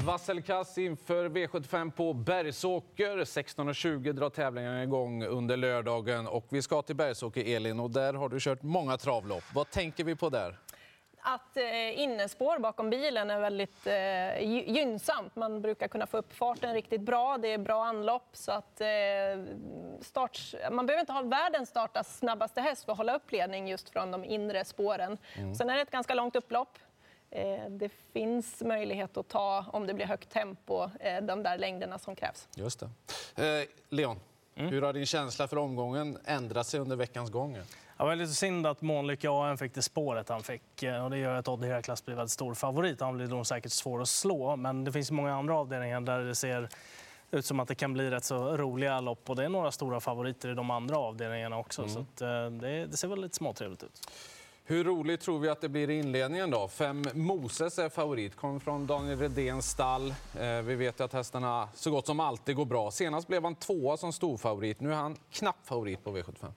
Vasselkass inför V75 på Bergsåker. 16:20 drar tävlingen igång under lördagen. Och vi ska till Bergsåker, Elin, och där har du kört många travlopp. Vad tänker vi på där? Att innespår bakom bilen är väldigt gynnsamt. Man brukar kunna få upp farten riktigt bra. Det är bra anlopp. Så att, man behöver inte ha världens snabbaste häst för att hålla upp ledning just från de inre spåren. Sen är det ett ganska långt upplopp. Det finns möjlighet att ta, om det blir högt tempo, de där längderna som krävs. Just det. Leon, hur har din känsla för omgången ändrat sig under veckans gång? Det var lite synd att Månlycke AM fick det spåret han fick. Och det gör att Odd Herakles blir väldigt stor favorit. Han blir nog säkert svår att slå. Men det finns många andra avdelningar där det ser ut som att det kan bli rätt så roliga lopp. Och det är några stora favoriter i de andra avdelningarna också. Så att, det ser väl lite småtrevligt ut. Hur roligt tror vi att det blir i inledningen då? 5 Moses är favorit, kommer från Daniel Redéns stall. Vi vet ju att hästarna så gott som alltid går bra. Senast blev han 2 som stor favorit. Nu är han knapp favorit på V75.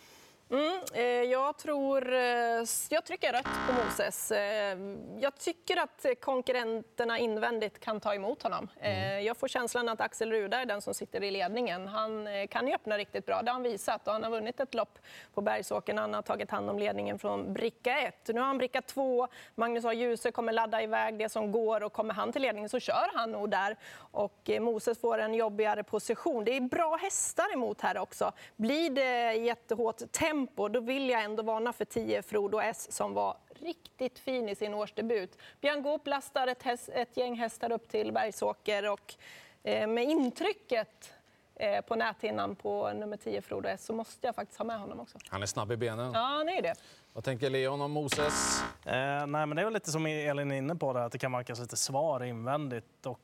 Jag trycker rött på Moses. Jag tycker att konkurrenterna invändigt kan ta emot honom. Jag får känslan att Axel Ruda är den som sitter i ledningen. Han kan ju öppna riktigt bra, det har han visat. Och han har vunnit ett lopp på Bergsåker. Han har tagit hand om ledningen från bricka 1. Nu har han bricka 2. Magnus A. Djuse kommer ladda iväg det som går. Och kommer han till ledningen så kör han nog där. Och Moses får en jobbigare position. Det är bra hästar emot här också. Blir det jättehårt tempo, då vill jag ändå varna för 10 Frodo S som var riktigt fin i sin årsdebut. Björn Goop lastar ett gäng hästar upp till Bergsåker och med intrycket på näthinnan på nummer 10 Frodo S så måste jag faktiskt ha med honom också. Han är snabb i benen. Ja, han är det. Vad tänker Leon om Moses? Nej, men det är väl lite som Elin är inne på det, att det kan vara lite svar invändigt. Och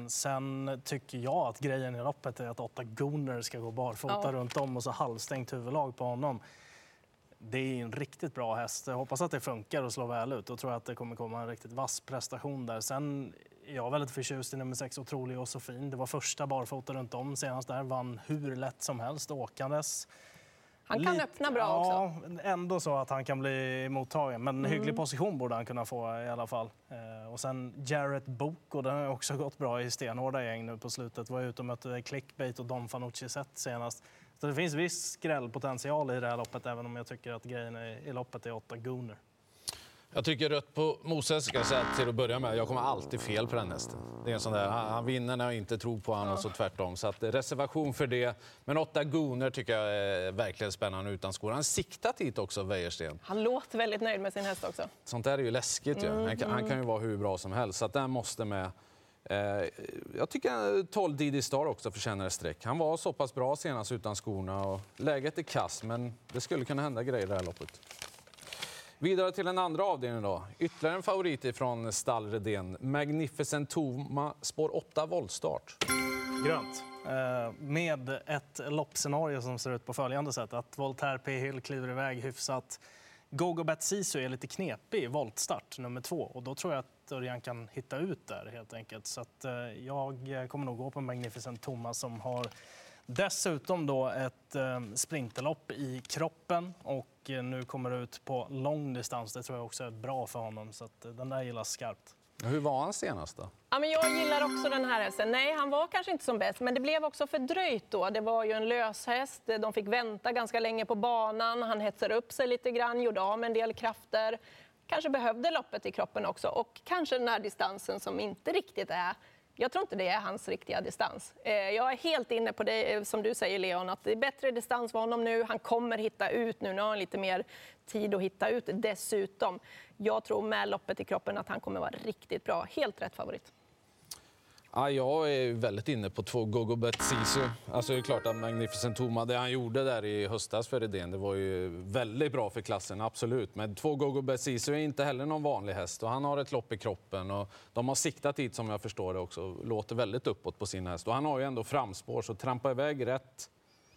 sen tycker jag att grejen i loppet är att 8 Gunner ska gå barfota runt om och så halvstängt huvudlag på honom. Det är en riktigt bra häst. Jag hoppas att det funkar och slår väl ut. Och tror att det kommer komma en riktigt vass prestation där. Sen är jag väldigt förtjust i nummer 6, Otrolig och så fin. Det var första barfota runt om senast där. Vann hur lätt som helst åkandes. Han kan öppna bra också. Ja, ändå så att han kan bli mottagen. Men hygglig position borde han kunna få i alla fall. Och sen Jarrett Boko, den har också gått bra i stenhårda gäng nu på slutet. Var ute och mötte Clickbait och Don Fanucci sett senast. Så det finns viss skrällpotential i det här loppet, även om jag tycker att grejen i loppet är 8 Gunner. Jag tycker rött på Moses, ska jag säga till att börja med. Jag kommer alltid fel på den hästen. Det är en sån där, han vinner när jag inte tror på honom och så tvärtom. Så att reservation för det. Men 8 Gunner tycker jag är verkligen spännande utan skor. Han siktat hit också, Wäjersten. Han låter väldigt nöjd med sin häst också. Sånt där är ju läskigt. Han kan ju vara hur bra som helst. Så att den måste med. Jag tycker 12 Didi Star också förtjänar ett streck. Han var så pass bra senast utan skorna och läget är kass, men det skulle kunna hända grejer i det här loppet. Vidare till den andra avdelningen då. Ytterligare en favorit från stall Redén. Magnificent Toma, spår 8 voltstart. Grönt. Med ett loppscenario som ser ut på följande sätt. Att Voltaire P. Hill kliver iväg hyfsat. Gogo Bet Sisu är lite knepig i voltstart nummer 2. Och då tror jag att Örjan kan hitta ut där helt enkelt. Så att jag kommer nog gå på Magnificent Toma som har dessutom då ett sprinterlopp i kroppen. Och nu kommer ut på lång distans. Det tror jag också är bra för honom. Så att den där gillas skarpt. Hur var han senast då? Ja, men jag gillar också den här hästen. Nej, han var kanske inte som bäst, men det blev också fördröjt då. Det var ju en löshäst. De fick vänta ganska länge på banan. Han hetsade upp sig lite grann, gjorde av med en del krafter. Kanske behövde loppet i kroppen också. Och kanske den här distansen som inte riktigt är... Jag tror inte det är hans riktiga distans. Jag är helt inne på det som du säger, Leon, att det är bättre distans för honom nu. Han kommer hitta ut nu. Nu har han lite mer tid att hitta ut dessutom. Jag tror med loppet i kroppen att han kommer vara riktigt bra. Helt rätt favorit. Ja, jag är väldigt inne på 2 Gogo Bet Sisu. Alltså det är klart att Magnificent Toma, det han gjorde där i höstas för Redén, det var ju väldigt bra för klassen, absolut. Men 2 Gogo Bet Sisu är inte heller någon vanlig häst och han har ett lopp i kroppen och de har siktat hit som jag förstår det också. Låter väldigt uppåt på sin häst och han har ju ändå framspår, så trampa iväg rätt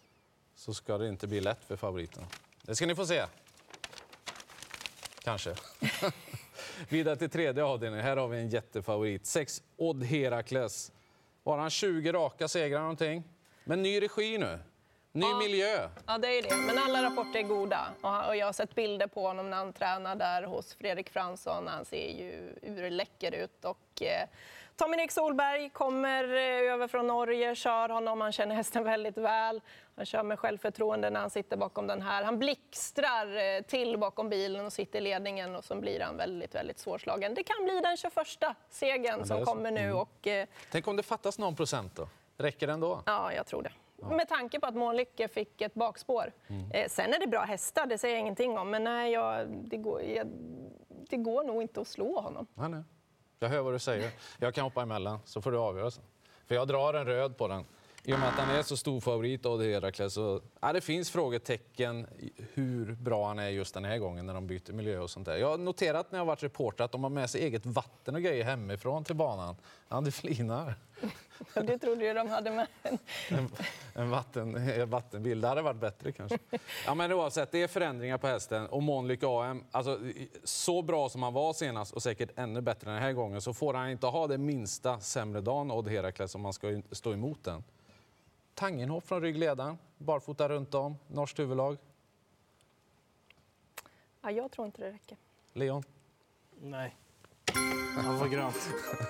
så ska det inte bli lätt för favoriten. Det ska ni få se. Kanske. Vidare till tredje avdelningen. Här har vi en jättefavorit. 6 Odd Herakles. Var han 20 raka segrar någonting? Men ny regi nu. Ny miljö. Ja, det är det. Men alla rapporter är goda. Och jag har sett bilder på honom när han tränar där hos Fredrik Fransson. Han ser ju urläcker ut. Och Tom-Erik Solberg kommer över från Norge, kör honom. Han känner hästen väldigt väl. Han kör med självförtroende när han sitter bakom den här. Han blixtrar till bakom bilen och sitter i ledningen och så blir han väldigt, väldigt svårslagen. Det kan bli den 21:a segern som kommer nu. Och, tänk om det fattas någon procent då? Räcker den då? Ja, jag tror det. Med tanke på att Månlycke fick ett bakspår. Sen är det bra hästar, det säger jag ingenting om. Men nej, det går nog inte att slå honom. Nej. Jag hör vad du säger. Jag kan hoppa emellan, så får du avgöra sen. För jag drar en röd på den. I och med att han är så stor favorit av Herakles. Så, det finns frågetecken hur bra han är just den här gången när de byter miljö och sånt där. Jag har noterat när jag har varit reporter att de har med sig eget vatten och grejer hemifrån till banan. Ja, det flinar. Det trodde ju de hade med en vattenbil. Det hade varit bättre kanske. Ja, men oavsett, det är förändringar på hästen. Och Månlycke AM, alltså, så bra som han var senast och säkert ännu bättre den här gången, så får han inte ha det minsta sämre dagen Odd Herakles om man ska stå emot den. Tangenhopp från ryggledaren, barfota runt om, norskt huvudlag. Ja, jag tror inte det räcker. Leon? Nej, han var grönt.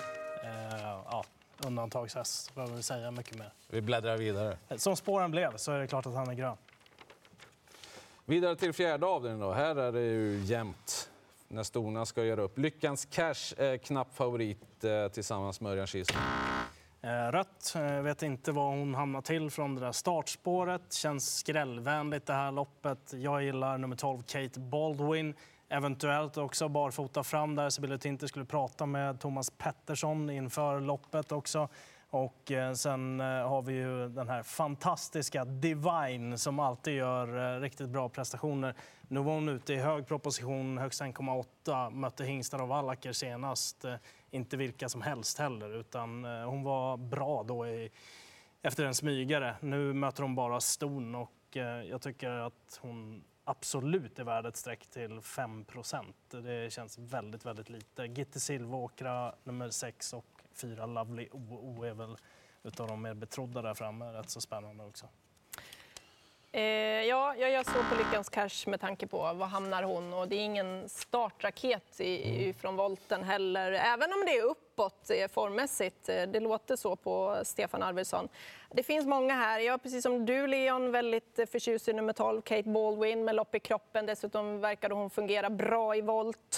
Undantagshäst, behöver vi säga mycket mer. Vi bläddrar vidare. Som spåren blev så är det klart att han är grön. Vidare till fjärde avdelningen då. Här är det ju jämnt när storna ska göra upp. Lyckans Cash är knapp favorit tillsammans med Örjan Kihlström. Rött, vet inte vad hon hamnar till från det där startspåret. Känns skrällvänligt det här loppet. Jag gillar nummer 12 Kate Baldwin. Eventuellt också barfota fram där. Sibylle Tinter skulle prata med Thomas Pettersson inför loppet också. Och sen har vi ju den här fantastiska Divine som alltid gör riktigt bra prestationer. Nu var hon ute i hög proposition, högst 1,8. Mötte hingstar av Wallacker senast. Inte vilka som helst heller, utan hon var bra då efter en smygare. Nu möter hon bara ston och jag tycker att hon absolut är värd ett streck till 5%. Det känns väldigt, väldigt lite. Gitte Silvåkra nummer 6 och 4 Lovely O är väl utav de mer betrodda där framme. Rätt så spännande också. Ja, jag gör så på Lyckans Cash med tanke på vad hamnar hon. Och det är ingen startraket från volten heller. Även om det är uppåt formmässigt. Det låter så på Stefan Arvidsson. Det finns många här. Jag precis som du Leon väldigt förtjust i nummer 12 Kate Baldwin med lopp i kroppen. Dessutom verkade hon fungera bra i volt.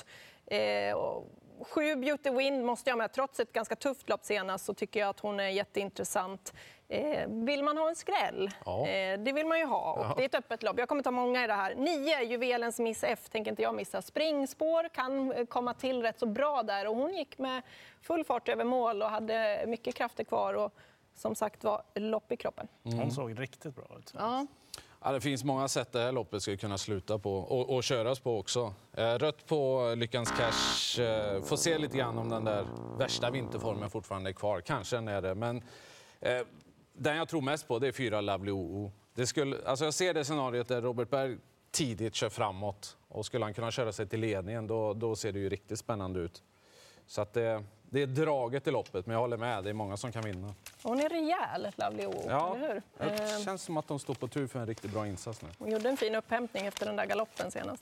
7 Beauty Wind måste jag med. Trots ett ganska tufft lopp senast så tycker jag att hon är jätteintressant. Vill man ha en skräll? Ja. Det vill man ju ha. Och det är ett öppet lopp. Jag kommer ta många i det här. 9 Juvelens Miss F tänker inte jag missa. Springspår kan komma till rätt så bra där. Och hon gick med full fart över mål och hade mycket krafter kvar. Och som sagt var lopp i kroppen. Hon såg riktigt bra ut. Ja. Ja, det finns många sätt det här loppet ska kunna sluta på och köras på också. Rött på Lyckans Cash. Får se lite grann om den där värsta vinterformen fortfarande är kvar. Kanske den är det, men den jag tror mest på det är 4 Lovely OO. Jag ser det scenariot där Robert Berg tidigt kör framåt och skulle han kunna köra sig till ledningen då ser det ju riktigt spännande ut. Så att det är draget i loppet, men jag håller med. Det är många som kan vinna. Hon är rejäl, Lovely OO, ja, eller hur? Det känns som att de står på tur för en riktigt bra insats nu. Hon gjorde en fin upphämtning efter den där galoppen senast.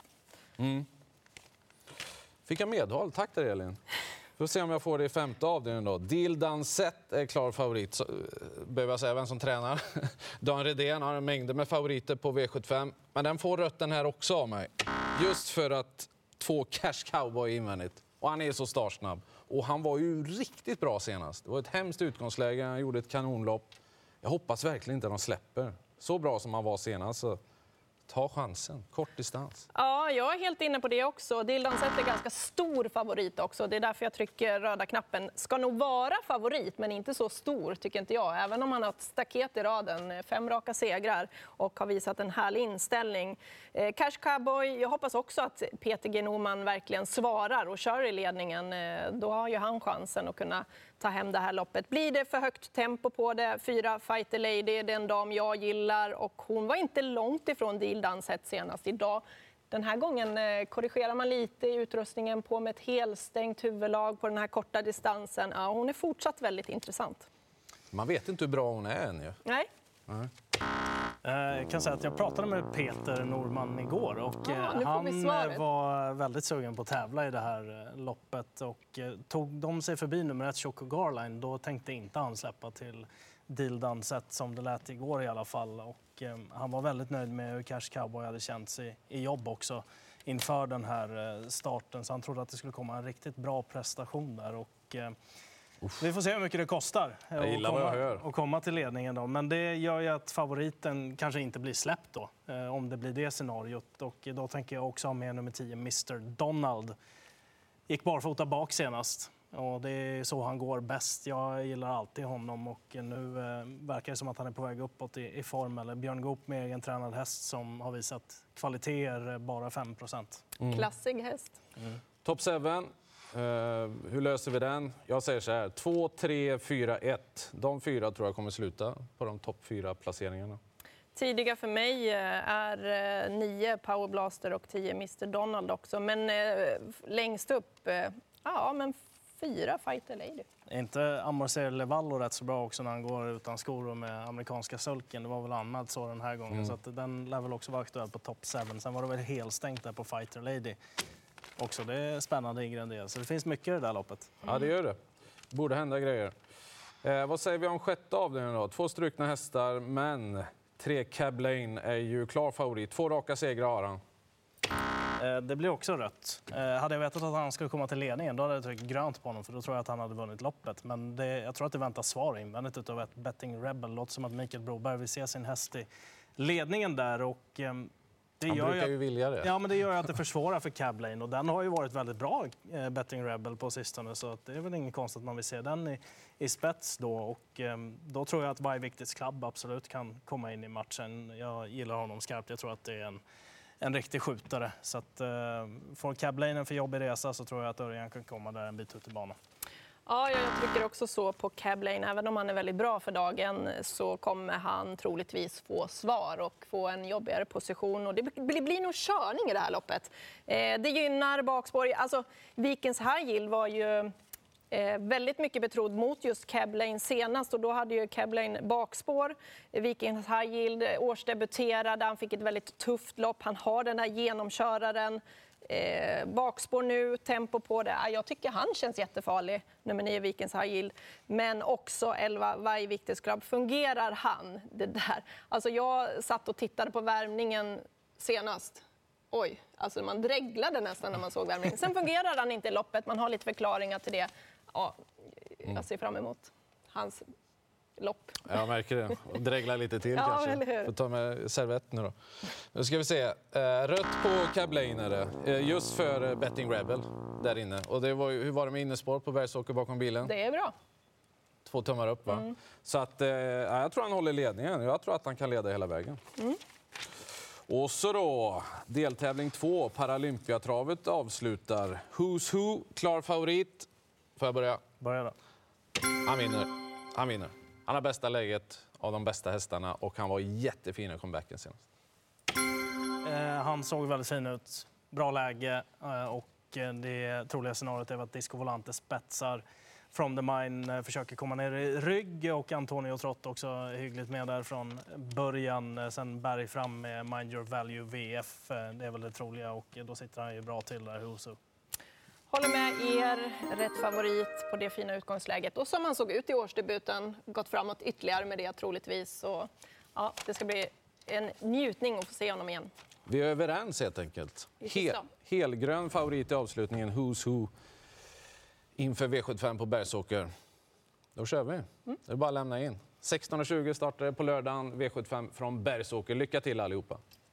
Fick jag medhåll. Tack där, Elin. Får se om jag får det i femte avdelningen då. Deal Done Set är klar favorit. Så, behöver jag säga vem som tränar. Dan Redén har en mängd med favoriter på V75. Men den får rött den här också av mig. Just för att 2 Cash Cowboy invändigt. Och han är så startsnabb. Och han var ju riktigt bra senast. Det var ett hemskt utgångsläge. Han gjorde ett kanonlopp. Jag hoppas verkligen inte att de släpper. Så bra som han var senast. Så ta chansen. Kort distans. Ja, jag är helt inne på det också. Dildan Sett är ganska stor favorit också. Det är därför jag trycker röda knappen. Ska nog vara favorit, men inte så stor tycker inte jag. Även om han har ett staket i raden. 5 raka segrar och har visat en härlig inställning. Cash Cowboy, jag hoppas också att Peter G. Norman verkligen svarar och kör i ledningen. Då har ju han chansen att kunna ta hem det här loppet. Blir det för högt tempo på det? 4 Fighter Lady, det är den dam jag gillar. Och hon var inte långt ifrån Dildan Sett senast idag. Den här gången korrigerar man lite i utrustningen på med ett helstängt huvudlag på den här korta distansen. Ja, hon är fortsatt väldigt intressant. Man vet inte hur bra hon är än ju. Nej. Jag kan säga att jag pratade med Peter Norman igår och han var väldigt sugen på att tävla i det här loppet. Och tog de sig förbi nummer 1 Choco Garline, då tänkte inte han släppa till Dildan, sett som det lät igår i alla fall. Och han var väldigt nöjd med hur Cash Cowboy hade känt sig i jobb också inför den här starten. Så han trodde att det skulle komma en riktigt bra prestation där. Och vi får se hur mycket det kostar att komma till ledningen då. Men det gör ju att favoriten kanske inte blir släppt då, om det blir det scenariot. Och då tänker jag också ha med nummer 10, Mr. Donald. Gick barfota bak senast. Och det är så han går bäst. Jag gillar alltid honom och nu verkar det som att han är på väg uppåt i form. Eller Björn Goop med egen tränad häst som har visat kvaliteter bara 5%. Klassig häst. Top 7. Hur löser vi den? Jag säger så här, 2, 3, 4, 1. De 4 tror jag kommer sluta på de topp 4 placeringarna. Tidiga för mig är 9 Power Blaster och 10 Mr. Donald också. Men längst upp, 4 Fighter Lady. Är inte Amorcer Levallo rätt så bra också när han går utan skor och med amerikanska sulken? Det var väl anmält så den här gången. Så att den lär väl också vara aktuell på top 7. Sen var det väl helstängt där på Fighter Lady. Också det är spännande ingredienser. Så det finns mycket i det där loppet. Ja, det gör det. Borde hända grejer. Vad säger vi om sjätte avdelningen då? 2 strukna hästar, men 3 Cab Lane är ju klar favorit. 2 raka segrar har han. Det blir också rött. Hade jag vetat att han skulle komma till ledningen, då hade jag tryckt grönt på honom, för då tror jag att han hade vunnit loppet. Men jag tror att det väntas svar invändigt utav ett Betting Rebel. Låter som att Mikael Broberg vill se sin häst i ledningen där. Och han brukar ju vilja det. Ja, men det gör ju att det försvårar för Cab Lane. Och den har ju varit väldigt bra, Betting Rebel, på sistone. Så att det är väl ingen konstigt att man vill se den i spets då. Och då tror jag att varje viktigt Club absolut kan komma in i matchen. Jag gillar honom skarpt. Jag tror att det är en riktig skjutare. Så att får Cab Lane en för jobbig resa så tror jag att Örjan kan komma där en bit ut i banan. Ja, jag tycker också så på Cab Lane. Även om han är väldigt bra för dagen så kommer han troligtvis få svar och få en jobbigare position. Och det blir nog körning i det här loppet. Det gynnar bakspår. Alltså, Vikings High Yield var ju väldigt mycket betrodd mot just Cab Lane senast. Och då hade ju Cab Lane bakspår. Vikings High Yield årsdebuterade. Han fick ett väldigt tufft lopp. Han har den här genomköraren. Bakspår nu, tempo på det. Jag tycker han känns jättefarlig, nummer 9 Vikings High Yield. Men också 11 Varje Viktigt Club. Fungerar han det där? Alltså jag satt och tittade på värmningen senast. Oj, alltså man dreglade nästan när man såg värmningen. Sen fungerar han inte i loppet, man har lite förklaringar till det. Ja, jag ser fram emot hans lopp. Jag märker det. Och dregla lite till kanske. Eller hur? Får ta med servett nu då. Nu ska vi se. Rött på Cab Lane är det. Just för Betting Rebel där inne. Och det var ju, hur var det med innespår på Bergsåker bakom bilen? Det är bra. 2 tummar upp va? Så att, jag tror han håller ledningen. Jag tror att han kan leda hela vägen. Och så då, deltävling 2, Paralympiatravet avslutar. Who's Who, klar favorit. Får jag börja? Börja då. Han vinner. Han har bästa läget av de bästa hästarna och han var jättefin i comebacken senast. Han såg väldigt fin ut. Bra läge och det troliga scenariot är att Disco Volante spetsar. From the Mine försöker komma ner i rygg och Antonio Trott också hyggligt med där från början. Sen Berg fram med Mind Your Value VF. Det är väl det troliga och då sitter han ju bra till där, Husu. Håller med er, rätt favorit på det fina utgångsläget. Och som han såg ut i årsdebuten, gått framåt ytterligare med det troligtvis. Så, ja, det ska bli en njutning att få se honom igen. Vi är överens helt enkelt. Helgrön favorit i avslutningen, Who's Who, inför V75 på Bergsåker. Då kör vi. Det är bara att lämna in. 16:20 startar det på lördagen, V75 från Bergsåker. Lycka till allihopa!